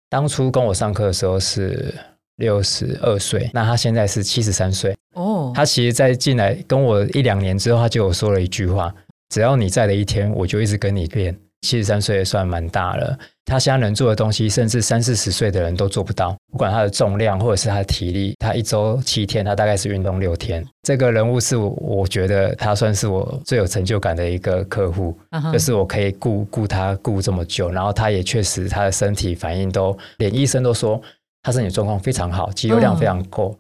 当初跟我上课的时候是62岁，那他现在是73岁。他其实在进来跟我1-2年之后，他就有说了一句话，只要你在的一天，我就一直跟你练。73岁也算蛮大了，他现在能做的东西甚至30-40岁的人都做不到，不管他的重量或者是他的体力，他1周7天，他大概是运动6天。这个人物是我觉得他算是我最有成就感的一个客户，就是我可以顾他顾这么久，然后他也确实他的身体反应都连医生都说他身体状况非常好，肌肉量非常够。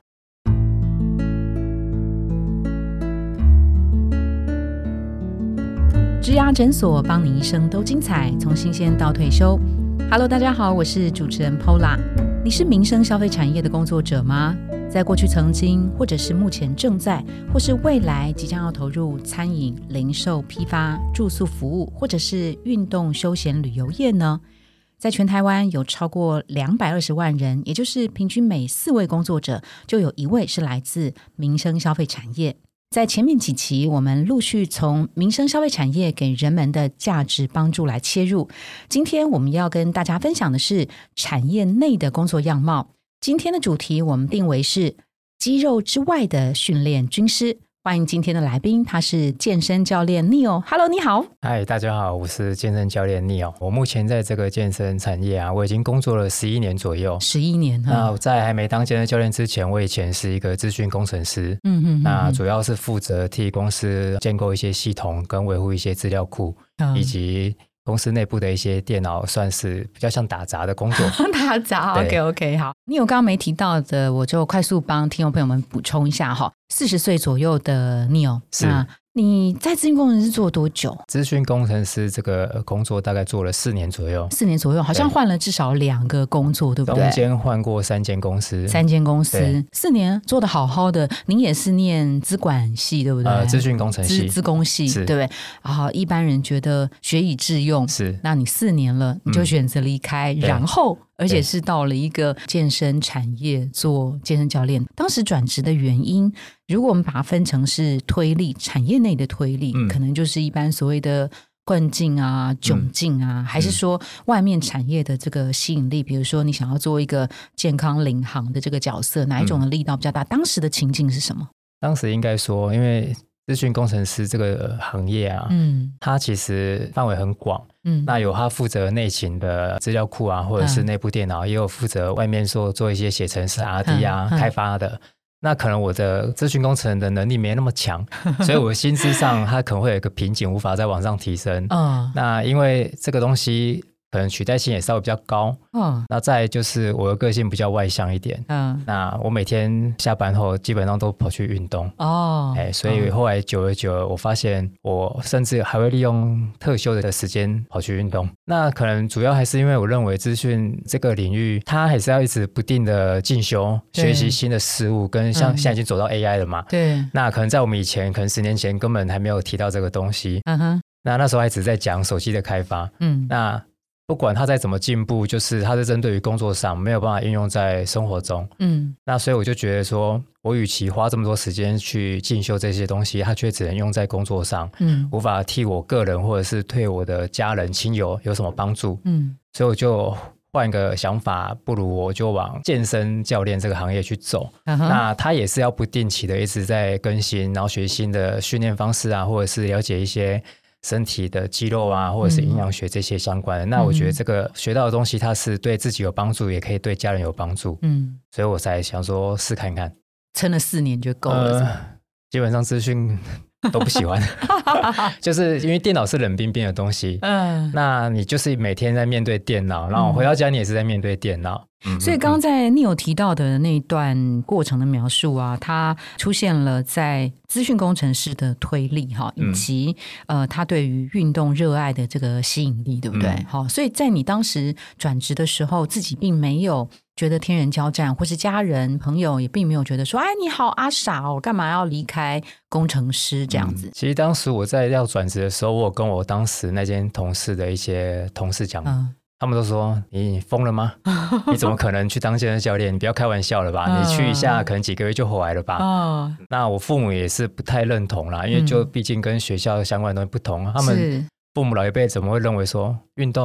植牙诊所，帮你一生都精彩，从新鲜到退休。Hello， 大家好，我是主持人 Paula。你是民生消费产业的工作者吗？在过去曾经，或者是目前正在，或是未来即将要投入餐饮、零售、批发、住宿服务，或者是运动休闲旅游业呢？在全台湾有超过220万人，也就是平均每4位工作者就有1位是来自民生消费产业。在前面几期，我们陆续从民生消费产业给人们的价值帮助来切入。今天我们要跟大家分享的是产业内的工作样貌。今天的主题我们定为是肌肉之外的训练军师。欢迎今天的来宾，他是健身教练 Neil。Hello， 你好。 嗨，大家好，我是健身教练 Neil。我目前在这个健身产业我已经工作了11年左右。 11年。 那在还没当健身教练之前，我以前是一个资讯工程师。那主要是负责替公司建构一些系统跟维护一些资料库，以及公司内部的一些电脑，算是比较像打杂的工作。 打杂 ，OK， 好。你有刚刚没提到的，我就快速帮听众朋友们补充一下哈。40岁左右的 Neil， 那你在资讯工程师做多久？ 资讯工程师这个工作大概做了4年左右。4 年左右，好像换了至少2个工作，对不对？ 中间换过3间公司。 3间公司，4年做得好好的。您也是念资管系，对不对？ 资讯工程系， 资工系，对不对？然后一般人觉得学以致用， 是。 那你4年了，你就选择离开，然后而且是到了一个健身产业做健身教练。当时转职的原因，如果我们把它分成是推力，产业内的推力，可能就是一般所谓的灌进啊、窘进啊，还是说外面产业的这个吸引力？比如说你想要做一个健康领航的这个角色，哪一种的力道比较大？当时的情境是什么？ 当时应该说，因为资讯工程师这个行业它其实范围很广。那有他负责内勤的资料库或者是内部电脑，也有负责外面做一些写程式 RD 开发的。那可能我的资讯工程的能力没那么强，所以我薪资上它可能会有一个瓶颈，无法再往上提升。那因为这个东西可能取代性也稍微比较高。那再来就是我的个性比较外向一点。那我每天下班后基本上都跑去运动。所以后来久了我发现我甚至还会利用特休的时间跑去运动。那可能主要还是因为我认为资讯这个领域它还是要一直不定的进修，学习新的事物，跟像现在已经走到 AI 了嘛。 对。 那可能在我们以前，可能10年前根本还没有提到这个东西。那时候还只在讲手机的开发。那不管它再怎么进步，就是它是针对于工作上，没有办法应用在生活中。那所以我就觉得说，我与其花这么多时间去进修这些东西，它却只能用在工作上，无法替我个人或者是对我的家人亲友有什么帮助。所以我就换一个想法，不如我就往健身教练这个行业去走。那它也是要不定期的一直在更新，然后学新的训练方式或者是了解一些身体的肌肉或者是营养学这些相关的。那我觉得这个学到的东西，它是对自己有帮助，也可以对家人有帮助。所以我才想说试看看。 撑了4年就够了。 基本上资讯都不喜欢。就是因为电脑是冷冰冰的东西。那你就是每天在面对电脑，然后回到家你也是在面对电脑。 所以刚刚在你有提到的那一段过程的描述它出现了在资讯工程师的推力以及他对于运动热爱的这个吸引力，对不对？所以在你当时转职的时候，自己并没有觉得天人交战，或是家人朋友也并没有觉得说，哎，你好阿傻哦，干嘛要离开工程师这样子。 其实当时我在要转职的时候，我有跟我当时那间同事的一些同事讲。他们都说你疯了吗？你怎么可能去当健身教练？你不要开玩笑了吧？你去一下可能几个月就回来了吧。那我父母也是不太认同啦，因为就毕竟跟学校相关的东西不同。他们父母老一辈怎么会认为说运动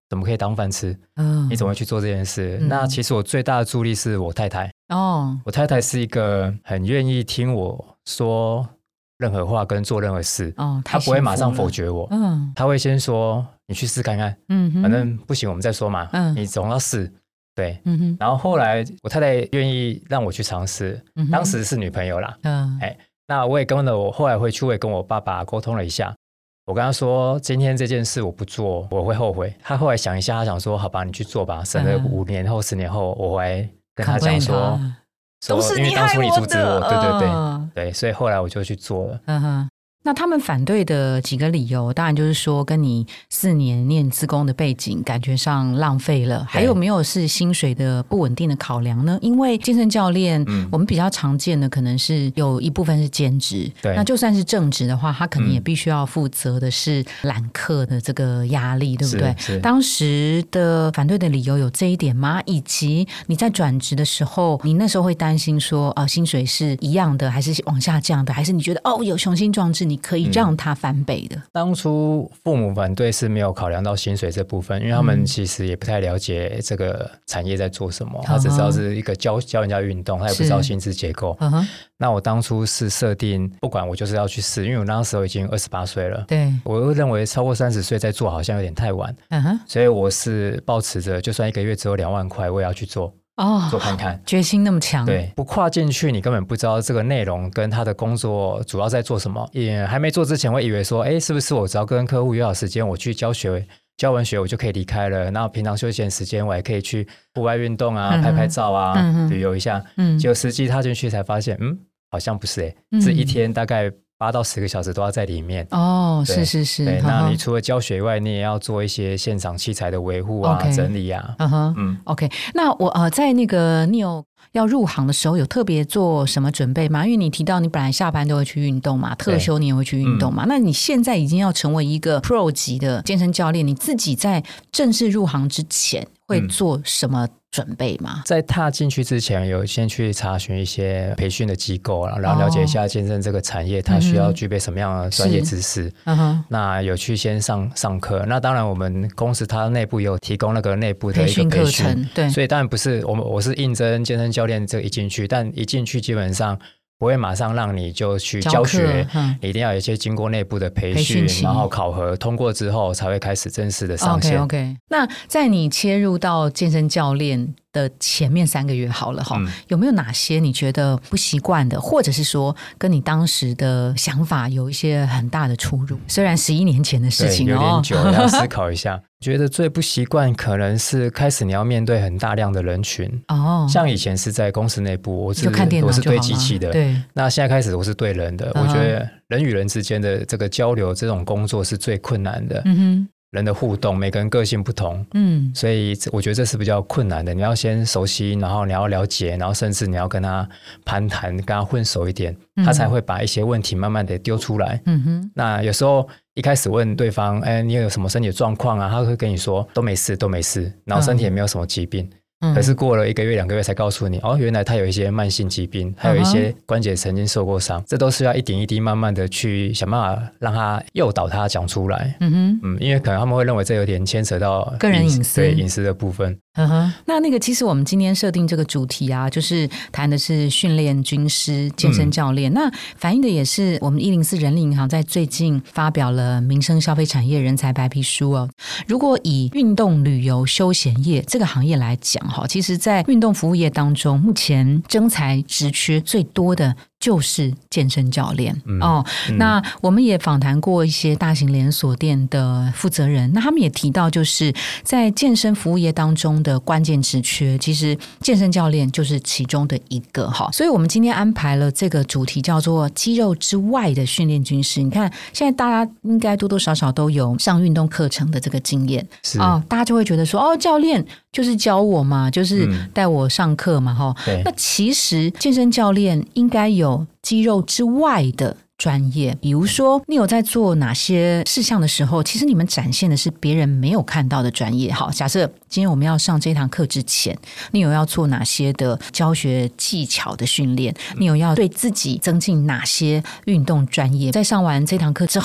怎么可以当饭吃？你怎么会去做这件事？那其实我最大的助力是我太太。我太太是一个很愿意听我说任何话跟做任何事，她不会马上否决我，她会先说你去试看看，反正不行我们再说嘛，你总要试。对，然后后来我太太愿意让我去尝试，当时是女朋友啦，那我也跟了我后来回去我也跟我爸爸沟通了一下，我跟他说今天这件事我不做我会后悔，他后来想一下，他想说好吧你去做吧，省了5年后10年后我会跟他讲说都是你害我的， 因为当初你阻止我，对对对对，所以后来我就去做了。 那他们反对的几个理由，当然就是说跟你4年念资工的背景感觉上浪费了，还有没有是薪水的不稳定的考量呢？因为健身教练，我们比较常见的可能是有一部分是兼职，那就算是正职的话，他可能也必须要负责的是揽客的这个压力，对不对？当时的反对的理由有这一点吗？以及你在转职的时候，你那时候会担心说薪水是一样的还是往下降的，还是你觉得有雄心壮志你可以让它翻倍的？ 当初父母反对是没有考量到薪水这部分，因为他们其实也不太了解这个产业在做什么，他只知道是一个教人家运动，他也不知道薪资结构。那我当初是设定不管我就是要去试，因为我那时候已经28岁了， 对， 我又认为超过30岁再做好像有点太晚，所以我是抱持着就算1个月只有2万块我也要去做做看看， 决心那么强。 对，不跨进去你根本不知道这个内容跟他的工作主要在做什么，也还没做之前会以为说是不是我只要跟客户约好时间我去教完学我就可以离开了，然后平常休闲时间我还可以去户外运动啊，拍拍照啊，旅游一下，结果实际踏进去才发现好像不是是一天大概8到10个小时都要在里面。 是对，那你除了教学以外，你也要做一些现场器材的维护啊，整理啊。 OK， 那我在那个你有要入行的时候有特别做什么准备吗？因为你提到你本来下班都会去运动嘛，特休你也会去运动嘛，那你现在已经要成为一个 Pro 级的健身教练，你自己在正式入行之前会做什么准备吗？ 在踏进去之前有先去查询一些培训的机构，然后了解一下健身这个产业它需要具备什么样的专业知识。那有去先上课，那当然我们公司它内部也有提供那个内部的一个培训， 对， 所以当然不是我是应征健身教练这一进去，但一进去基本上不会马上让你就去教学，你一定要有一些经过内部的培训然后考核通过之后才会开始正式的上线。 OK， 那在你切入到健身教练的前面3个月好了有没有哪些你觉得不习惯的，或者是说跟你当时的想法有一些很大的出入？虽然11年前的事情有点久要思考一下觉得最不习惯可能是开始你要面对很大量的人群像以前是在公司内部我是对机器的， 对， 那现在开始我是对人的我觉得人与人之间的这个交流这种工作是最困难的。人的互动每个人个性不同所以我觉得这是比较困难的，你要先熟悉，然后你要了解，然后甚至你要跟他攀谈跟他混熟一点他才会把一些问题慢慢的丢出来。那有时候一开始问对方你有什么身体状况啊，他会跟你说都没事都没事，然后身体也没有什么疾病可是过了1个月2个月才告诉你原来他有一些慢性疾病，还有一些关节曾经受过伤这都是要一点一滴慢慢的去想办法让他诱导他讲出来。因为可能他们会认为这有点牵扯到个人隐私， 对隐私的部分。 那个其实我们今天设定这个主题啊，就是谈的是训练军师健身教练那反映的也是我们104人力银行在最近发表了民生消费产业人才白皮书如果以运动旅游休闲业这个行业来讲其实在运动服务业当中目前征才职缺最多的就是健身教练那我们也访谈过一些大型连锁店的负责人，那他们也提到就是在健身服务业当中的关键职缺，其实健身教练就是其中的一个所以我们今天安排了这个主题叫做肌肉之外的训练军师。你看现在大家应该多多少少都有上运动课程的这个经验大家就会觉得说教练就是教我嘛，就是带我上课嘛那其实健身教练应该有肌肉之外的专业，比如说你有在做哪些事项的时候其实你们展现的是别人没有看到的专业。好，假设今天我们要上这堂课之前你有要做哪些的教学技巧的训练，你有要对自己增进哪些运动专业，在上完这堂课之后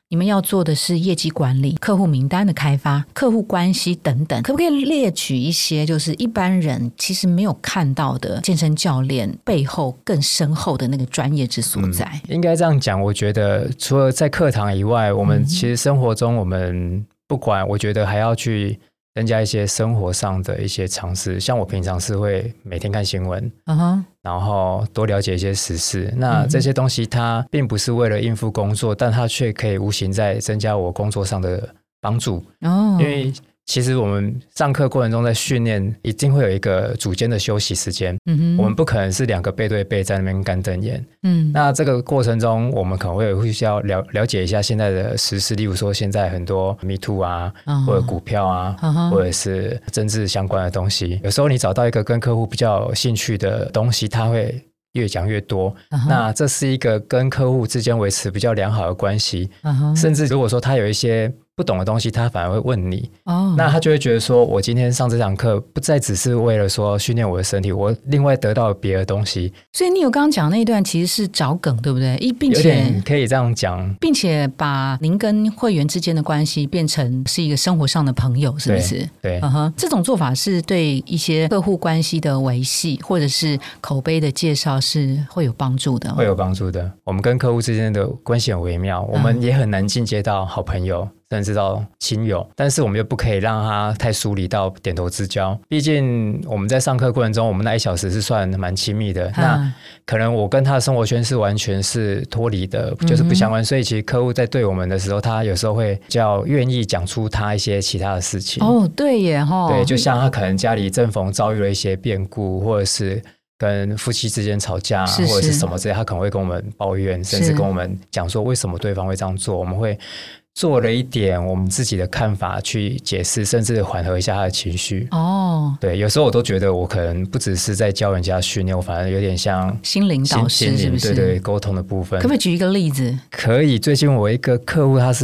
你们要做的是业绩管理、客户名单的开发、客户关系等等，可不可以列举一些就是一般人其实没有看到的健身教练背后更深厚的那个专业之所在？ 应该这样讲，我觉得除了在课堂以外，我们其实生活中我们不管，我觉得还要去增加一些生活上的一些常识。像我平常是会每天看新闻，然后多了解一些时事。那这些东西它并不是为了应付工作，但它却可以无形在增加我工作上的帮助。因为其实我们上课过程中在训练一定会有一个组间的休息时间，我们不可能是2个背对背在那边干瞪眼。那这个过程中我们可能会需要了解一下现在的时事，例如说现在很多 Me Too 啊，或者股票啊，或者是政治相关的东西。有时候你找到一个跟客户比较有兴趣的东西，他会越讲越多，那这是一个跟客户之间维持比较良好的关系。甚至如果说他有一些不懂的东西，他反而会问你，那他就会觉得说我今天上这堂课不再只是为了说训练我的身体，我另外得到别的东西。 所以你有刚刚讲那一段其实是找梗，对不对？并且有点可以这样讲， 并且把您跟会员之间的关系变成是一个生活上的朋友，是不是？ 对， 这种做法是对一些客户关系的维系或者是口碑的介绍是会有帮助的， 会有帮助的。我们跟客户之间的关系很微妙，我们也很难进阶到好朋友，甚至到亲友，但是我们又不可以让他太疏离到点头之交。毕竟我们在上课过程中，我们那1小时是算蛮亲密的，那可能我跟他的生活圈是完全是脱离的，就是不相关。所以其实客户在对我们的时候，他有时候会比较愿意讲出他一些其他的事情。 对耶， 对，就像他可能家里正逢遭遇了一些变故，或者是跟夫妻之间吵架，或者是什么之类，他可能会跟我们抱怨，甚至跟我们讲说为什么对方会这样做，我们会做了一点我们自己的看法去解释，甚至缓和一下他的情绪。对，有时候我都觉得我可能不只是在教人家训练，我反而有点像心灵导师，是不是？ 对，沟通的部分。 可不可以举一个例子？ 可以。最近我一个客户，他是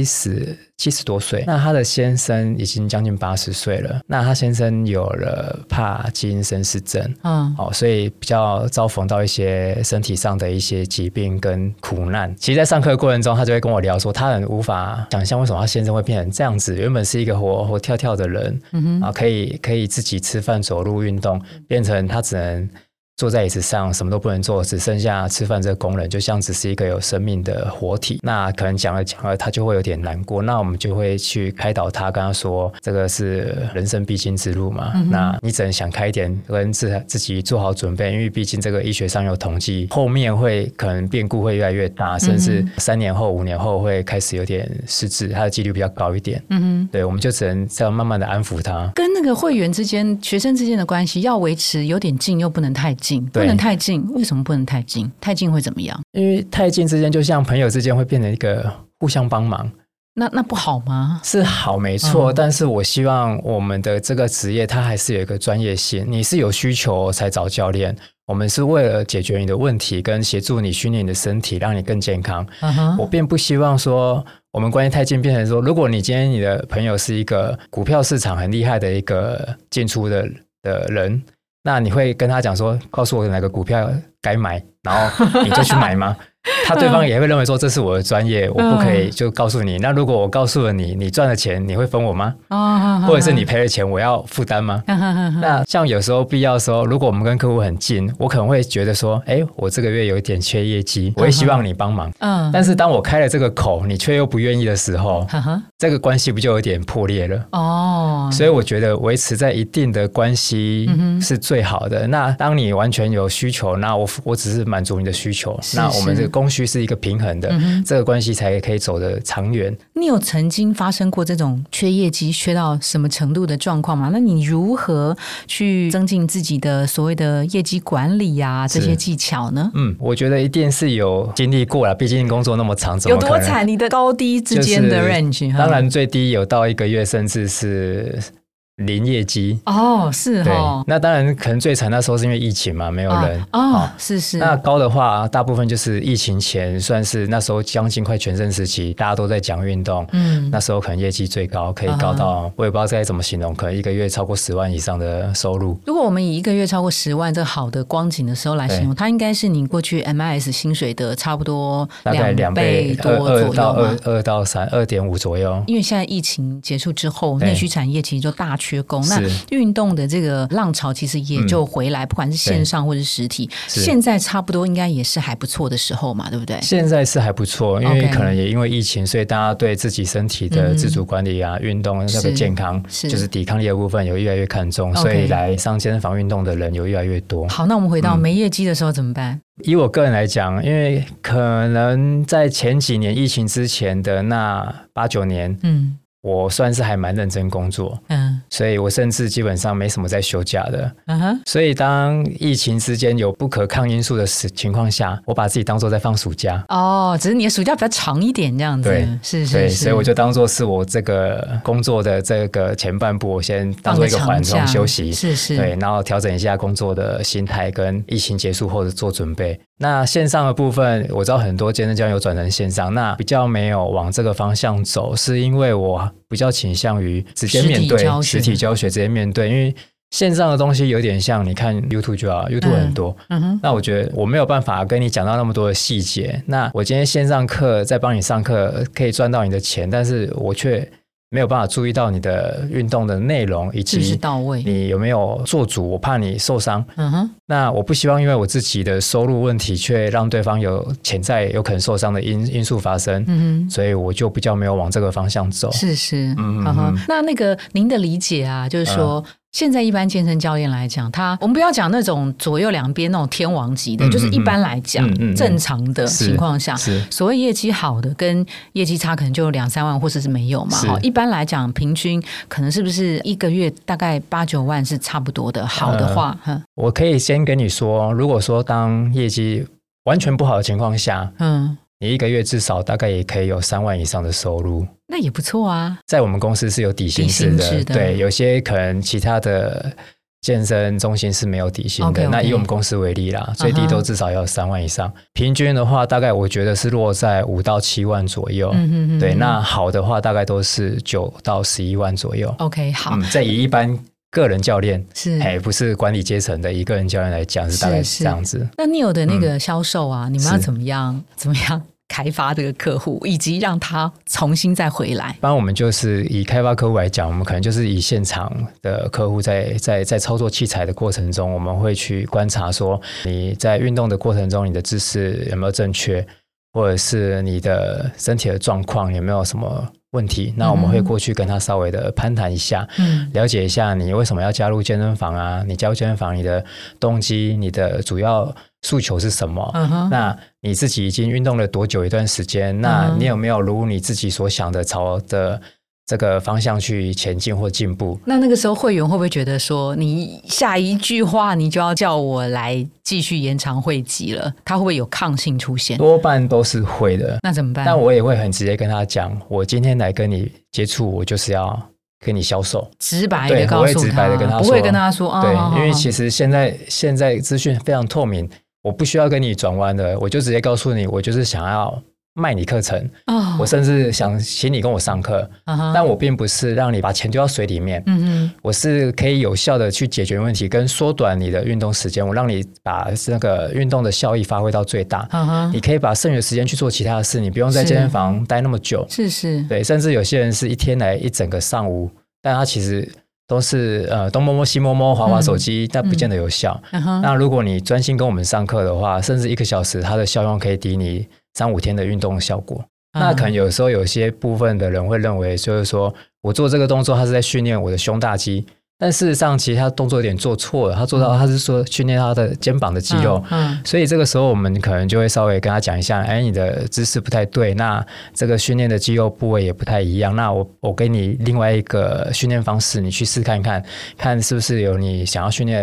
70多岁，那他的先生已经将近80岁了，那他先生有了帕金森氏症，所以比较遭逢到一些身体上的一些疾病跟苦难。其实在上课的过程中，他就会跟我聊说，他很无法想象为什么他先生会变成这样子，原本是一个活跳跳的人，可以自己吃饭走路运动，变成他只能坐在椅子上什么都不能做，只剩下吃饭这个功能，就像只是一个有生命的活体。那可能讲了他就会有点难过，那我们就会去开导他，跟他说这个是人生必经之路嘛，那你只能想开一点，跟自己做好准备，因为毕竟这个医学上有统计，后面会可能变故会越来越大，甚至3年后5年后会开始有点失智，他的几率比较高一点。对，我们就只能这样慢慢的安抚他。 跟那个会员之间、学生之间的关系要维持有点近，又不能太近，不能太近。为什么不能太近？太近会怎么样？ 因为太近之间就像朋友之间会变成一个互相帮忙。 那不好吗？ 是好没错，但是我希望我们的这个职业它还是有一个专业性，你是有需求才找教练，我们是为了解决你的问题跟协助你训练你的身体，让你更健康。我并不希望说我们关系太近变成说，如果你今天你的朋友是一个股票市场很厉害的一个进出的人，那你会跟他讲说，告诉我哪个股票该买，然后你就去买吗？他对方也会认为说这是我的专业，我不可以就告诉你。那如果我告诉了你，你赚了钱你会分我吗？或者是你赔了钱我要负担吗？那像有时候必要的时候，如果我们跟客户很近，我可能会觉得说，我这个月有一点缺业绩，我会希望你帮忙。但是当我开了这个口，你却又不愿意的时候，这个关系不就有点破裂了？所以我觉得维持在一定的关系是最好的。那当你完全有需求，那我只是满足你的需求，那我们这个供需是一个平衡的，这个关系才可以走得长远。 你有曾经发生过这种缺业绩缺到什么程度的状况吗？那你如何去增进自己的所谓的业绩管理啊这些技巧呢？ 我觉得一定是有经历过啦，毕竟工作那么长，怎么可能有多惨？你的高低之间的 range， 当然最低有到1个月，甚至是零业绩是哦， 对，那当然可能最惨那时候是因为疫情嘛，没有人是。 那高的话，大部分就是疫情前，算是那时候将近快全盛时期，大家都在讲运动，那时候可能业绩最高，可以高到我也不知道该怎么形容，可能一个月超过10万以上的收入。 如果我们以一个月超过10万这好的光景的时候来形容，它应该是你过去 MIS 薪水的差不多大概2倍多左右嘛，2到3、2.5左右。 因为现在疫情结束之后，内需产业其实就大缺工，那运动的这个浪潮其实也就回来，不管是线上或是实体，现在差不多应该也是还不错的时候嘛，对不对？ 现在是还不错，因为可能也因为疫情，所以大家对自己身体的自主管理啊、运动那个健康，就是抵抗力的部分有越来越看重，所以来上健身房运动的人有越来越多。 好，那我们回到没业绩的时候怎么办？ 以我个人来讲，因为可能在前几年疫情之前的那8、9年，我算是还蛮认真工作，所以我甚至基本上没什么在休假的，所以当疫情之间有不可抗因素的情况下，我把自己当作在放暑假。 只是你的暑假比较长一点这样子。 对， 是， 所以我就当作是我这个工作的这个前半部，我先当作一个缓冲休息， 是， 对，然后调整一下工作的心态，跟疫情结束后的做准备。那线上的部分，我知道很多健身教练有转成线上，那比较没有往这个方向走，是因为我比较倾向于直接面对实体教学，直接面对，因为线上的东西有点像你看 YouTube 就好，YouTube 很多，那我觉得我没有办法跟你讲到那么多的细节。那我今天线上课在帮你上课，可以赚到你的钱，但是我却没有办法注意到你的运动的内容以及你有没有做足，我怕你受伤。那我不希望因为我自己的收入问题却让对方有潜在有可能受伤的因素发生，所以我就比较没有往这个方向走。 是，那个您的理解啊，就是说现在一般健身教练来讲，我们不要讲那种左右两边那种天王级的，就是一般来讲正常的情况下，所谓业绩好的跟业绩差可能就2、3万或者是没有嘛。一般来讲平均可能是不是一个月大概8、9万是差不多的，好的话我可以先跟你说，如果说当业绩完全不好的情况下，你一个月至少大概也可以有3万以上的收入， 那也不错啊。 在我们公司是有底薪制的，对，有些可能其他的健身中心是没有底薪的。那以我们公司为例啦，最低都至少要3万以上，平均的话大概我觉得是落在5到7万左右。对，那好的话大概都是9到11万左右。 OK， 好， 再以一般个人教练不是管理阶层的，以个人教练来讲是大概是这样子。 那你有的那个销售啊，你们要怎么样开发这个客户，以及让他重新再回来？ 不然我们就是以开发客户来讲，我们可能就是以现场的客户在操作器材的过程中，我们会去观察说你在运动的过程中，你的姿势有没有正确，或者是你的身体的状况有没有什么问题，那我们会过去跟他稍微的攀谈一下，了解一下你为什么要加入健身房啊，你加入健身房你的动机，你的主要诉求是什么，那你自己已经运动了多久一段时间，那你有没有如你自己所想的朝的这个方向去前进或进步。 那个时候会员会不会觉得说你下一句话你就要叫我来继续延长会籍了，他会不会有抗性出现？ 多半都是会的。 那怎么办？ 但我也会很直接跟他讲，我今天来跟你接触，我就是要跟你销售， 直白的告诉他， 我会直白的跟他说， 不会跟他说对，因为其实现在资讯非常透明，我不需要跟你转弯的，我就直接告诉你，我就是想要卖你课程，我甚至想请你跟我上课，但我并不是让你把钱丢到水里面，我是可以有效的去解决问题跟缩短你的运动时间，我让你把那个运动的效益发挥到最大，你可以把剩余的时间去做其他的事，你不用在健身房待那么久， 是， 对，甚至有些人是一天来一整个上午，但他其实都是东摸摸西摸摸滑滑手机，但不见得有效。那如果你专心跟我们上课的话，甚至1个小时它的效用可以抵你3、5天的运动效果。那可能有时候有些部分的人会认为就是说我做这个动作他是在训练我的胸大肌，但事实上其实他动作有点做错了，他是说训练他的肩膀的肌肉，所以这个时候我们可能就会稍微跟他讲一下，你的姿势不太对，那这个训练的肌肉部位也不太一样，那我给你另外一个训练方式，你去试看看是不是有你想要训练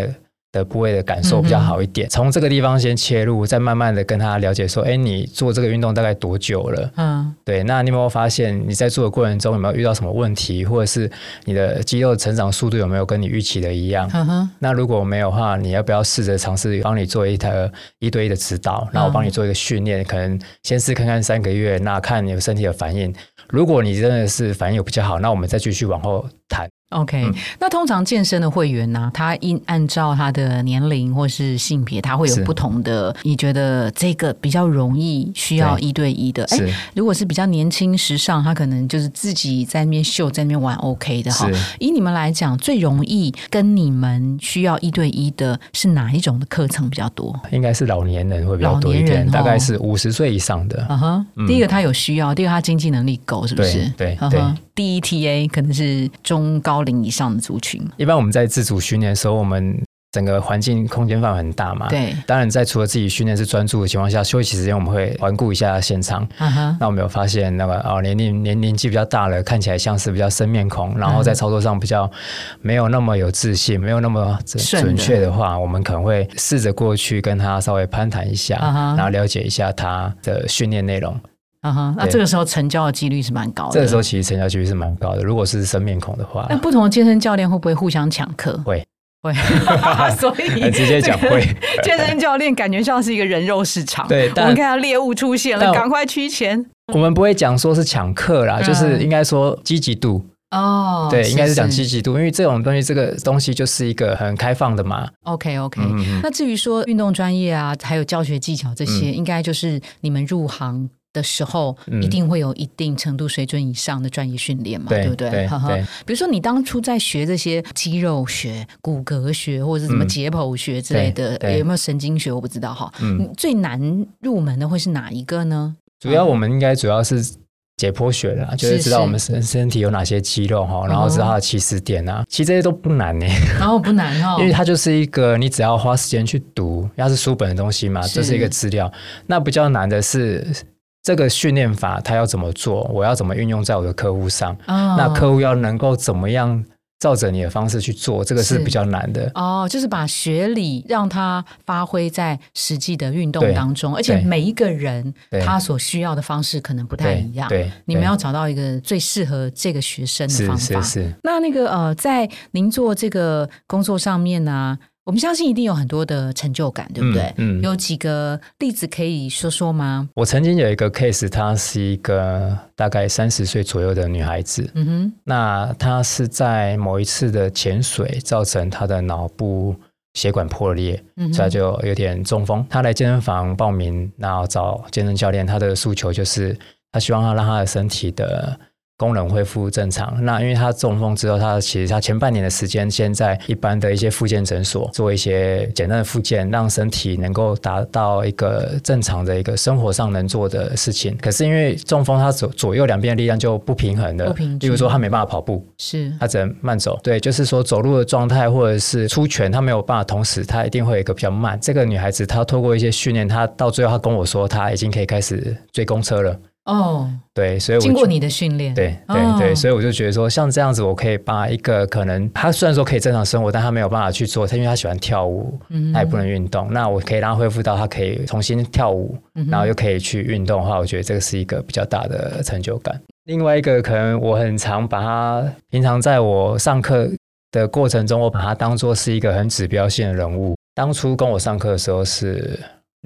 的部位的感受比较好一点，从这个地方先切入，再慢慢的跟他了解说，你做这个运动大概多久了？对，那你有没有发现你在做的过程中有没有遇到什么问题，或者是你的肌肉成长速度有没有跟你预期的一样？那如果没有的话，你要不要试着尝试帮你做一台1对1的指导，然后我帮你做一个训练，可能先试看看3个月，那看你的身体的反应。如果你真的是反应有比较好，那我们再继续往后谈。 OK，那通常健身的会员呢，他按照他的年龄或是性别，他会有不同的。你觉得这个比较容易需要1对1的？如果是比较年轻时尚，他可能就是自己在那边秀，在那边玩 OK 的哈。以你们来讲，最容易跟你们需要1对1的是哪一种的课程比较多？ 应该是老年人会比较多一点，大概是50岁以上的。 第一个他有需要，第二个他经济能力够，是不是？ 对。 第一 TA 可能是中高龄以上的族群。 一般我们在自主训练的时候，我们整个环境空间范围很大嘛。 对。 当然在除了自己训练是专注的情况下，休息时间我们会环顾一下现场。那我们有发现那个年纪比较大了，看起来像是比较生面孔，然后在操作上比较没有那么有自信，没有那么准确的话，我们可能会试着过去跟他稍微攀谈一下，然后了解一下他的训练内容。 那这个时候成交的几率是蛮高的。 这个时候其实成交几率是蛮高的，如果是生面孔的话。 那不同的健身教练会不会互相抢课？ 会所以直接讲会。 健身教练感觉像是一个人肉市场。 对， 我们看到猎物出现了，赶快趋前。 我们不会讲说是抢课啦，就是应该说积极度。对，应该是讲积极度，因为这种东西，这个东西就是一个很开放的嘛。 OK， 那至于说运动专业啊，还有教学技巧这些，应该就是你们入行的时候一定会有一定程度水准以上的专业训练嘛，对不对？比如说你当初在学这些肌肉学、骨骼学或者是什么解剖学之类的，有没有神经学我不知道哈。最难入门的会是哪一个呢？ 主要我们应该主要是解剖学的，就是知道我们身体有哪些肌肉，然后知道它的起始点啊，其实这些都不难不难因为它就是一个你只要花时间去读，它是书本的东西嘛，这是一个资料。那比较难的是这个训练法它要怎么做，我要怎么运用在我的客户上，那客户要能够怎么样照着你的方式去做，这个是比较难的。 就是把学理让它发挥在实际的运动当中，而且每一个人他所需要的方式可能不太一样。对，你们要找到一个最适合这个学生的方法。 是。 那个在您做这个工作上面呢，我们相信一定有很多的成就感，对不对？有几个例子可以说说吗？ 我曾经有一个 case， 她是一个大概30岁左右的女孩子。那她是在某一次的潜水造成她的脑部血管破裂，所以她就有点中风。她来健身房报名，然后找健身教练，她的诉求就是她希望她让她的身体的功能恢复正常。那因为他中风之后，其实他前半年的时间先在一般的一些复健诊所做一些简单的复健，让身体能够达到一个正常的一个生活上能做的事情。可是因为中风，他左右两边的力量就不平衡了，例如说他没办法跑步，他只能慢走。对，就是说走路的状态或者是出拳，他没有办法同时，他一定会有一个比较慢。这个女孩子她透过一些训练，她到最后她跟我说，她已经可以开始追公车了。对，所以经过你的训练， 对，所以我就觉得说，像这样子，我可以把一个可能他虽然说可以正常生活，但他没有办法去做，因为他喜欢跳舞，他也不能运动。那我可以让他恢复到他可以重新跳舞，然后又可以去运动的话，我觉得这个是一个比较大的成就感。另外一个可能我很常把他平常在我上课的过程中，我把他当作是一个很指标性的人物。当初跟我上课的时候是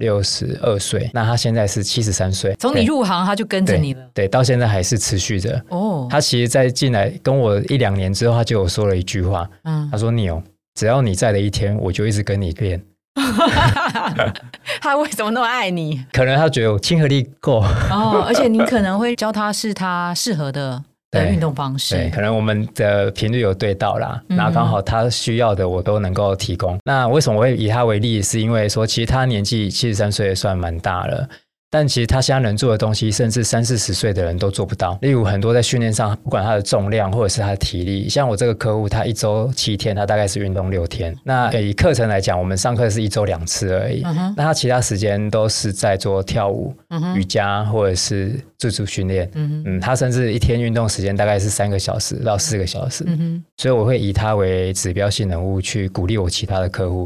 62岁，那他现在是73岁。 从你入行他就跟着你了。 对，到现在还是持续着。他其实在进来跟我1-2年之后，他就有说了一句话，他说：“Neil，只要你在的一天，我就一直跟你练。” 他为什么那么爱你？ 可能他觉得我亲和力够。 而且你可能会教他是他适合的运动方式。 对，可能我们的频率有对到啦，然后刚好他需要的我都能够提供。那为什么我会以他为例，是因为说其实他年纪73岁也算蛮大了，但其实他现在能做的东西，甚至30-40岁的人都做不到。例如很多在训练上，不管他的重量或者是他的体力，像我这个客户，他1周7天，他大概是运动6天。那以课程来讲，我们上课是1周2次而已。那他其他时间都是在做跳舞、瑜伽或者是自主训练。他甚至一天运动时间大概是3个小时到4个小时。所以我会以他为指标性人物去鼓励我其他的客户。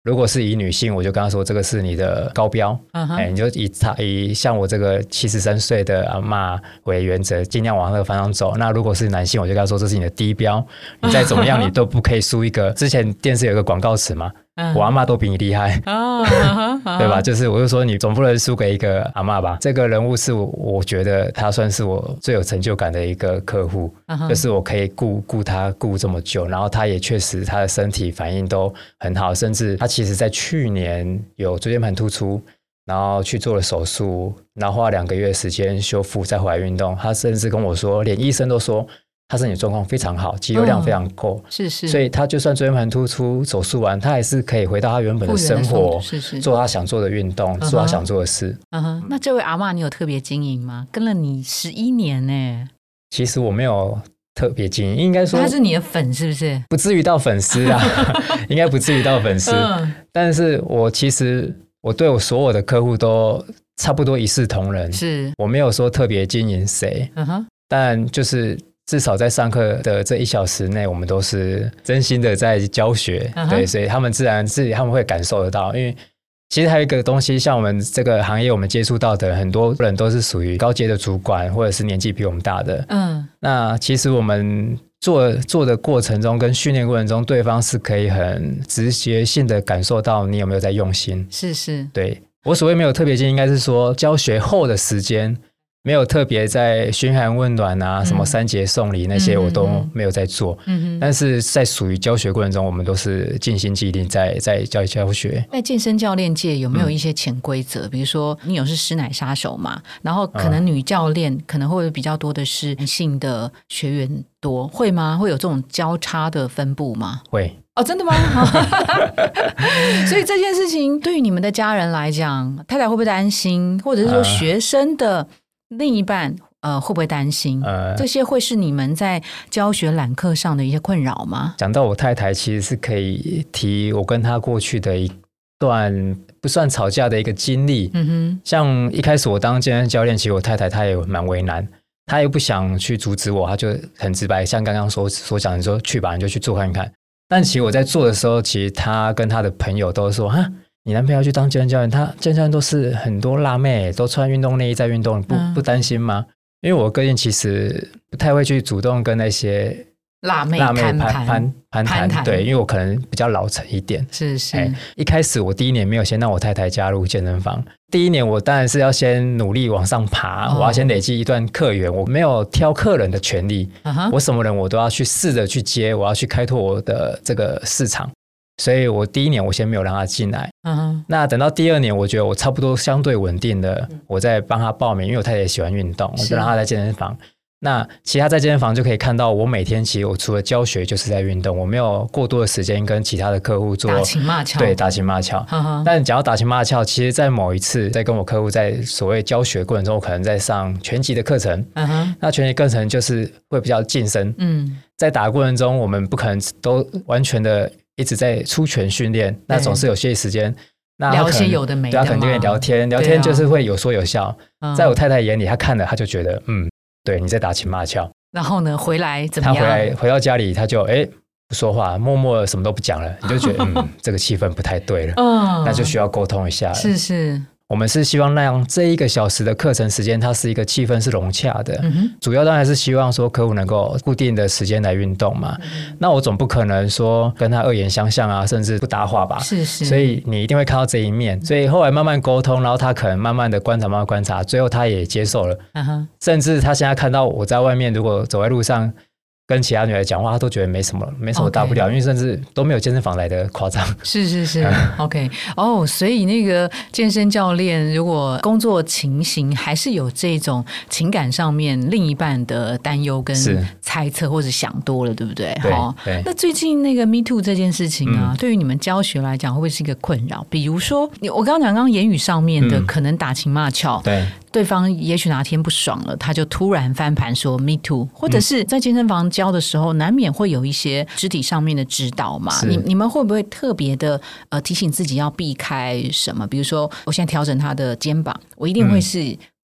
如果是以女性，我就跟她说这个是你的高标，你就以像我这个73岁的阿嬷为原则，尽量往那个方向走。那如果是男性，我就跟他说这是你的低标，你再怎么样你都不可以输一个。之前电视有一个广告词嘛，我阿嬷都比你厉害，对吧？就是我就说你总不能输给一个阿嬷吧。这个人物是我觉得他算是我最有成就感的一个客户，就是我可以顾他顾这么久，然后他也确实他的身体反应都很好，甚至他其实在去年有椎间盘突出，然后去做了手术，然后花2个月时间修复再回来运动。他甚至跟我说，连医生都说他身体状况非常好，肌肉量非常够，所以他就算椎间盘突出手术完，他还是可以回到他原本的生活，做他想做的运动，做他想做的事。 那这位阿嬷你有特别经营吗？跟了你11年呢。 其实我没有特别经营，应该说他是你的粉是不是？ 不至于到粉丝啊，应该不至于到粉丝。但是我其实我对我所有的客户都差不多一视同仁，是我没有说特别经营谁，但就是至少在上课的这1小时内，我们都是真心的在教学，对，所以他们自然是他们会感受得到。因为其实还有一个东西，像我们这个行业，我们接触到的很多人都是属于高阶的主管，或者是年纪比我们大的。那其实我们做的过程中跟训练过程中，对方是可以很直觉性的感受到你有没有在用心。是，对，我所谓没有特别经营，应该是说教学后的时间没有特别在嘘寒问暖啊，什么3节送礼那些我都没有在做，但是在属于教学过程中，我们都是尽心尽力在教学。 在健身教练界有没有一些潜规则？比如说你有是师奶杀手嘛，然后可能女教练可能会比较多的是男性的学员多，会吗？会有这种交叉的分布吗？ 会。 真的吗？所以这件事情对于你们的家人来讲，太太会不会担心，或者是说学生的另一半会不会担心？这些会是你们在教学揽课上的一些困扰吗？ 讲到我太太，其实是可以提我跟她过去的一段不算吵架的一个经历。像一开始我当健身教练，其实我太太她也蛮为难，她又不想去阻止我，她就很直白，像刚刚所讲的说去吧，你就去做看看。但其实我在做的时候，其实她跟她的朋友都说你男朋友去当健身教练，他健身教练都是很多辣妹，都穿运动内衣在运动，不担心吗？因为我个性其实不太会去主动跟那些辣妹攀谈， 对，因为我可能比较老成一点。是，一开始我第1年没有先让我太太加入健身房，第1年我当然是要先努力往上爬，我要先累积一段客源，我没有挑客人的权利，我什么人我都要去试着去接，我要去开拓我的这个市场。所以我第1年我先没有让他进来，那等到第2年我觉得我差不多相对稳定了，我再帮他报名，因为我太太也喜欢运动，我就让他在健身房。那其他在健身房就可以看到我每天其实我除了教学就是在运动，我没有过多的时间跟其他的客户做打情骂俏。 对，打情骂俏。但讲到打情骂俏，其实在某一次在跟我客户在所谓教学过程中，我可能在上拳击的课程，那拳击课程就是会比较近身，在打的过程中我们不可能都完全的一直在出拳训练，那总是有些时间那聊些有的没的， 他可能就跟你聊天，聊天就是会有说有笑。在我太太眼里，她看了她就觉得对，你在打情骂俏。 然后呢，回来怎么样？ 他回到家里，他就不说话，默默什么都不讲了。你就觉得这个气氛不太对了，那就需要沟通一下了。是。我们是希望让这1个小时的课程时间，它是一个气氛是融洽的。主要当然是希望说客户能够固定的时间来运动嘛。那我总不可能说跟他恶言相向啊，甚至不搭话吧。是。所以你一定会看到这一面。所以后来慢慢沟通，然后他可能慢慢的观察，慢慢观察，最后他也接受了。甚至他现在看到我在外面，如果走在路上跟其他女孩讲话，他都觉得没什么大不了，因为甚至都没有健身房来的夸张。是 OK 所以那个健身教练如果工作情形还是有这种情感上面另一半的担忧跟猜测或者想多了，对不对？ 对。 那最近那个 Me Too 这件事情啊，对于你们教学来讲会不会是一个困扰？比如说我刚刚言语上面的可能打情骂俏，对方也许哪天不爽了，他就突然翻盘说 Me Too， 或者是在健身房教的时候难免会有一些肢体上面的指导嘛，你们会不会特别的提醒自己要避开什么？比如说我现在调整他的肩膀，我一定会是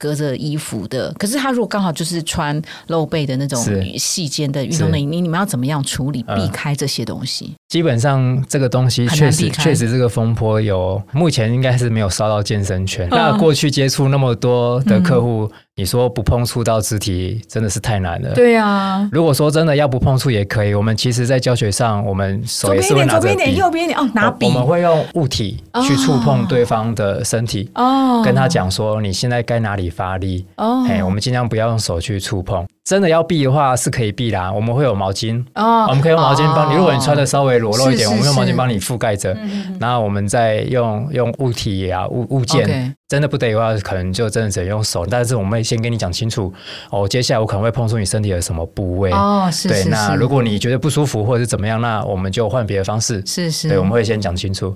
隔着衣服的，可是他如果刚好就是穿露背的那种细肩的运动内衣，你们要怎么样处理避开这些东西？ 基本上这个东西确实这个风波目前应该是没有烧到健身圈。那过去接触那么多的客户，你说不碰触到肢体真的是太难了。 对啊， 如果说真的要不碰触也可以，我们其实在教学上，我们手也是会拿着笔， 左边一点右边一点拿笔， 我们会用物体去触碰对方的身体，跟他讲说你现在该哪里发力，我们尽量不要用手去触碰。真的要避的话是可以避啦，我们会有毛巾，我们可以用毛巾帮你，如果你穿的稍微裸露一点，我们用毛巾帮你覆盖着，然后我们再用物体啊物件，真的不得的话可能就真的只能用手，但是我们会先跟你讲清楚接下来我可能会碰触你身体的什么部位，对，那如果你觉得不舒服或者是怎么样，那我们就换别的方式，对，我们会先讲清楚。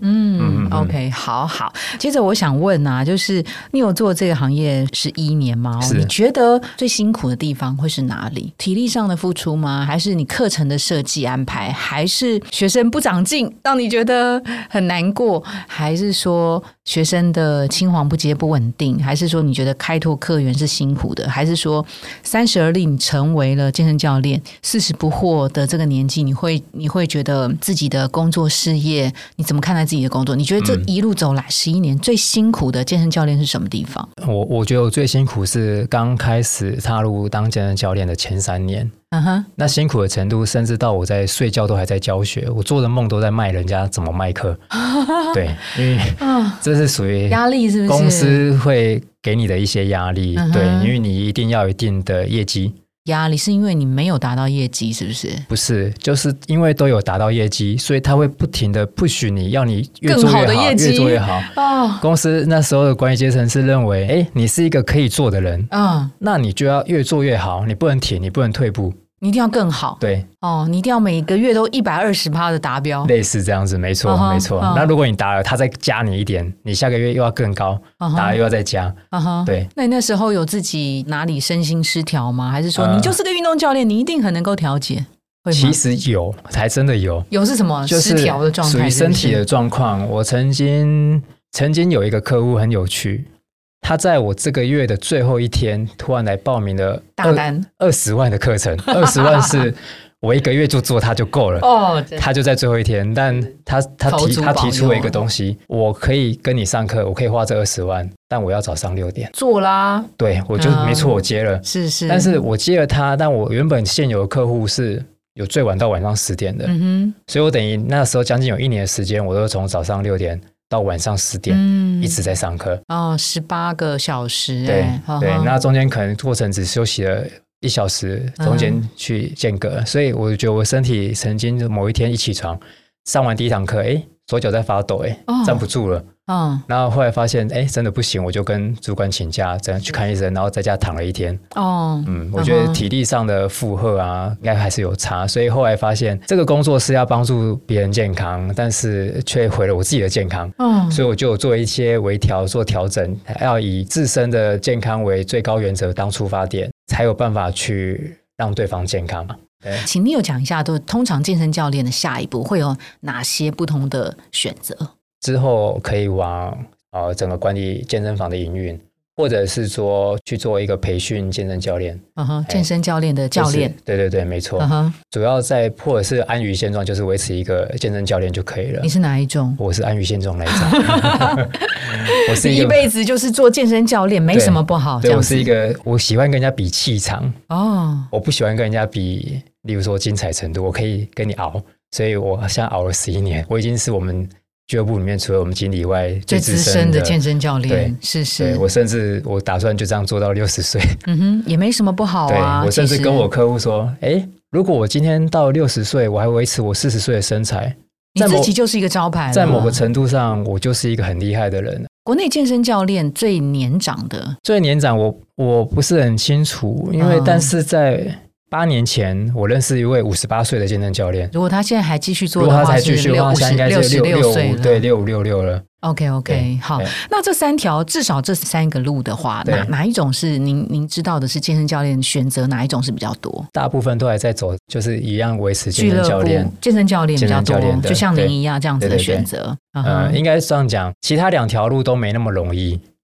OK， 好，接着我想问啊，就是你有做这个行业11年吗？你觉得最辛苦的地方会是哪里？体力上的付出吗？还是你课程的设计安排？还是学生不长进让你觉得很难过？还是说学生的青黄不接不稳定？还是说你觉得开拓客源是辛苦的？还是说30而立你成为了健身教练，40不惑的这个年纪，你会觉得自己的工作事业，你怎么看待自己的工作？你觉得这一路走来11年最辛苦的健身教练是什么地方？ 我觉得我最辛苦是刚开始踏入当健身教练的前3年，那辛苦的程度甚至到我在睡觉都还在教学，我做的梦都在卖人家怎么卖课对，因为这是属于压力，是不是公司会给你的一些压力，对，因为你一定要有一定的业绩。 压力是因为你没有达到业绩，是不是？ 不是，就是因为都有达到业绩，所以他会不停的 push 你，要你越做越好，越做越好。公司那时候的管理阶层是认为，你是一个可以做的人，那你就要越做越好，你不能停，你不能退步， 你一定要更好。 对， 你一定要每个月都120%的达标， 类似这样子，没错没错。那如果你达了，他再加你一点，你下个月又要更高，达了又要再加。对。 那你那时候有自己哪里身心失调吗？还是说你就是个运动教练，你一定很能够调节？ 其实有，还真的有。 有是什么失调的状态？ 属于身体的状况。我曾经有一个客户很有趣。他在我这个月的最后一天突然来报名了大单 20万的课程，20万是我1个月就做他就够了他就在最后一天，但他提出了一个东西，我可以跟你上课，我可以花这20万，但我要早上6点做啦。 对，我就没错，我接了， 是， 但是我接了他，但我原本现有的客户是有最晚到晚上10点的，所以我等于那时候将近有1年的时间，我都从早上6点到晚上10点一直在上课 18个小时对，那中间可能过程只休息了1小时，中间去间隔，所以我觉得我身体曾经某一天一起床上完第一堂课，手脚在发抖，站不住了，然后后来发现真的不行，我就跟主管请假，这样去看医生，然后在家躺了1天。我觉得体力上的负荷啊，应该还是有差，所以后来发现这个工作是要帮助别人健康，但是却毁了我自己的健康。所以我就做一些微调，做调整，要以自身的健康为最高原则当出发点，才有办法去让对方健康。 请你有讲一下，通常健身教练的下一步会有哪些不同的选择？之后可以往整个管理健身房的营运，或者是说去做一个培训健身教练， 健身教练的教练， 就是对，没错，主要或者是安于现状，就是维持一个健身教练就可以了。 你是哪一种？ 我是安于现状那一种我是一辈子就是做健身教练，没什么不好。 对，我是一个，我喜欢跟人家比气场我不喜欢跟人家比，例如说精彩程度，我可以跟你熬，所以我现在熬了11年，我已经是我们俱乐部里面除了我们经理以外最资深的健身教练。是对，我甚至我打算就这样做到60岁也没什么不好啊。 对，我甚至跟我客户说如果我今天到60岁我还维持我40岁的身材， 你自己就是一个招牌了， 在某个程度上我就是一个很厉害的人。 国内健身教练最年长我不是很清楚，因为但是在8年前我认识一位58岁的健身教练， 如果他现在还继续做的话， 如果他才继续的话，现在应该是 66岁了， 对，6566了。 OK， 好，那这3条至少这3个路的话，哪一种是您知道的是健身教练选择，哪一种是比较多？ 大部分都还在走，就是一样维持健身教练， 健身教练比较多，就像您一样这样子的选择。 应该是这样讲，其他2条路都没那么容易。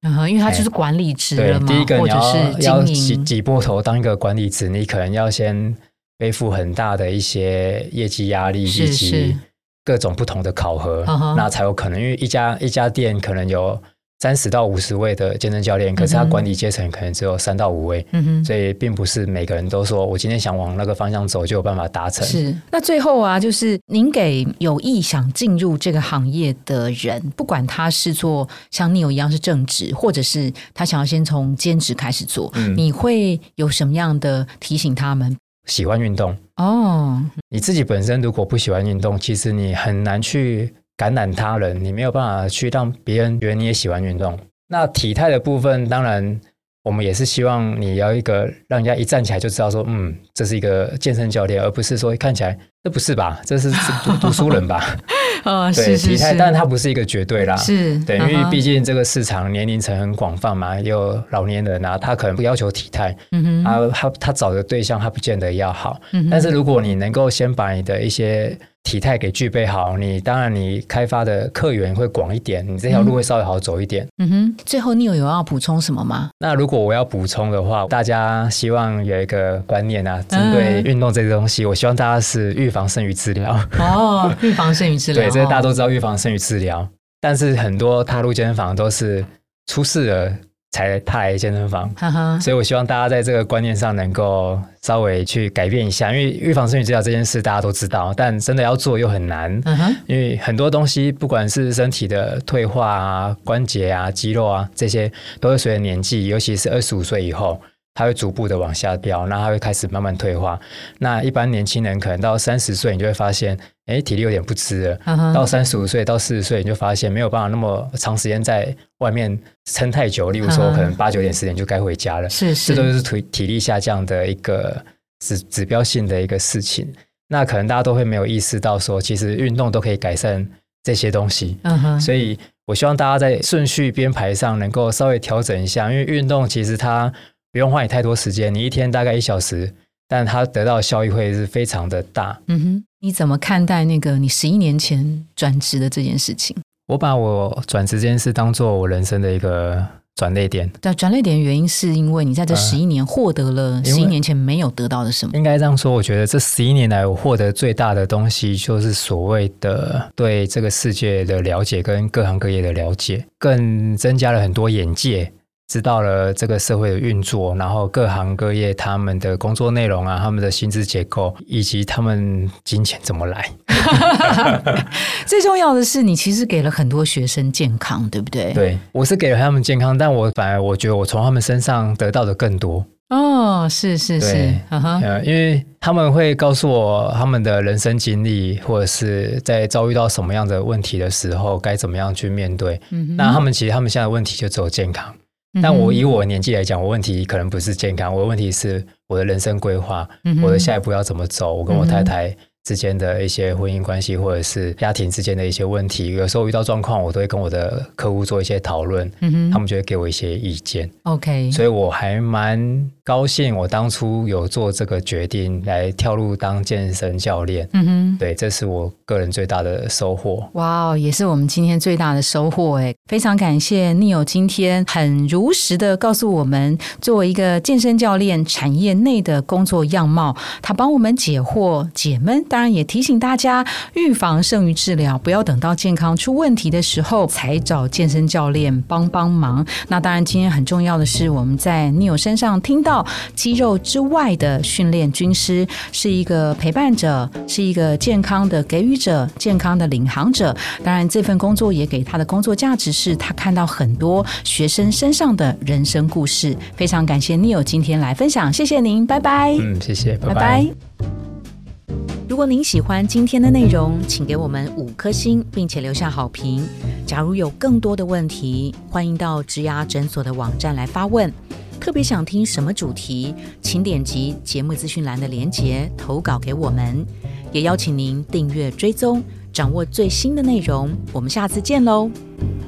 因为他就是管理职了嘛， 第一个或者是经营， 要挤破头当一个管理职，你可能要先背负很大的一些业绩压力，以及各种不同的考核，那才有可能。因为一家店可能有30到50位的健身教练，可是他管理阶层可能只有3到5位，所以并不是每个人都说我今天想往那个方向走就有办法达成。 是，那最后啊，就是您给有意想进入这个行业的人，不管他是做像Neo一样是正职，或者是他想要先从兼职开始做，你会有什么样的提醒他们？ 喜欢运动哦，你自己本身如果不喜欢运动，其实你很难去感染他人，你没有办法去让别人觉得你也喜欢运动。那体态的部分，当然我们也是希望你要一个让人家一站起来就知道说，这是一个健身教练，而不是说看起来这不是吧，这是读书人吧。对，体态，但它不是一个绝对啦， 是对，因为毕竟这个市场年龄层很广泛嘛，也有老年人啊，他可能不要求体态，他找的对象他不见得要好，但是如果你能够先把你的一些体态给具备好，当然你开发的客源会广一点，你这条路会稍微好走一点。 最后你有要补充什么吗？ 那如果我要补充的话，大家希望有一个观念啊，针对运动这个东西，我希望大家是预防胜于治疗。 预防胜于治疗。 对，这大家都知道预防胜于治疗，但是很多踏入健身房都是出事了才踏来健身房，所以我希望大家在这个观念上能够稍微去改变一下，因为预防胜于治疗这件事大家都知道，但真的要做又很难，因为很多东西不管是身体的退化啊、关节啊、肌肉啊，这些都会随着年纪，尤其是25岁以后，它会逐步的往下掉，那它会开始慢慢退化。那一般年轻人可能到30岁，你就会发现体力有点不支了，到35岁到40岁你就发现没有办法那么长时间在外面撑太久，例如说可能8、9点10点就该回家了，这都是体力下降的一个指标性的一个事情。那可能大家都会没有意识到说其实运动都可以改善这些东西，所以我希望大家在顺序编排上能够稍微调整一下，因为运动其实它不用花你太多时间，你一天大概1小时，但它得到的效益会是非常的大。 你怎么看待那个你11年前转职的这件事情？ 我把我转职这件事当作我人生的一个转捩点。 转捩点的原因是因为你在这11年获得了11年前没有得到的什么？ 应该这样说，我觉得这11年来我获得最大的东西就是所谓的对这个世界的了解跟各行各业的了解，更增加了很多眼界，知道了这个社会的运作，然后各行各业他们的工作内容啊，他们的薪资结构，以及他们金钱怎么来。 最重要的是你其实给了很多学生健康，对不对？ 对，我是给了他们健康，但我反而我觉得我从他们身上得到的更多。 是因为他们会告诉我他们的人生经历，或者是在遭遇到什么样的问题的时候该怎么样去面对。那他们其实他们现在的问题就只有健康，但我以我的年纪来讲，我问题可能不是健康，我的问题是我的人生规划，我的下一步要怎么走，我跟我太太之间的一些婚姻关系，或者是家庭之间的一些问题，有时候遇到状况我都会跟我的客户做一些讨论，他们就会给我一些意见。 OK， 所以我还蛮高兴我当初有做这个决定来跳入当健身教练。对，这是我个人最大的收获。 哇，也是我们今天最大的收获耶。非常感谢 Neo 今天很如实的告诉我们作为一个健身教练产业内的工作样貌，他帮我们解惑解闷，当然也提醒大家预防胜于治疗，不要等到健康出问题的时候才找健身教练帮忙。那当然今天很重要的是我们在 Neo 身上听到肌肉之外的训练军师，是一个陪伴者，是一个健康的给予者，健康的领航者。当然这份工作也给他的工作价值是他看到很多学生身上的人生故事。非常感谢 Neo 今天来分享，谢谢您，拜拜。 谢谢，拜拜。如果您喜欢今天的内容，请给我们5颗星，并且留下好评。假如有更多的问题，欢迎到职涯诊所的网站来发问。特别想听什么主题，请点击节目资讯栏的连结投稿给我们。也邀请您订阅追踪，掌握最新的内容。我们下次见喽。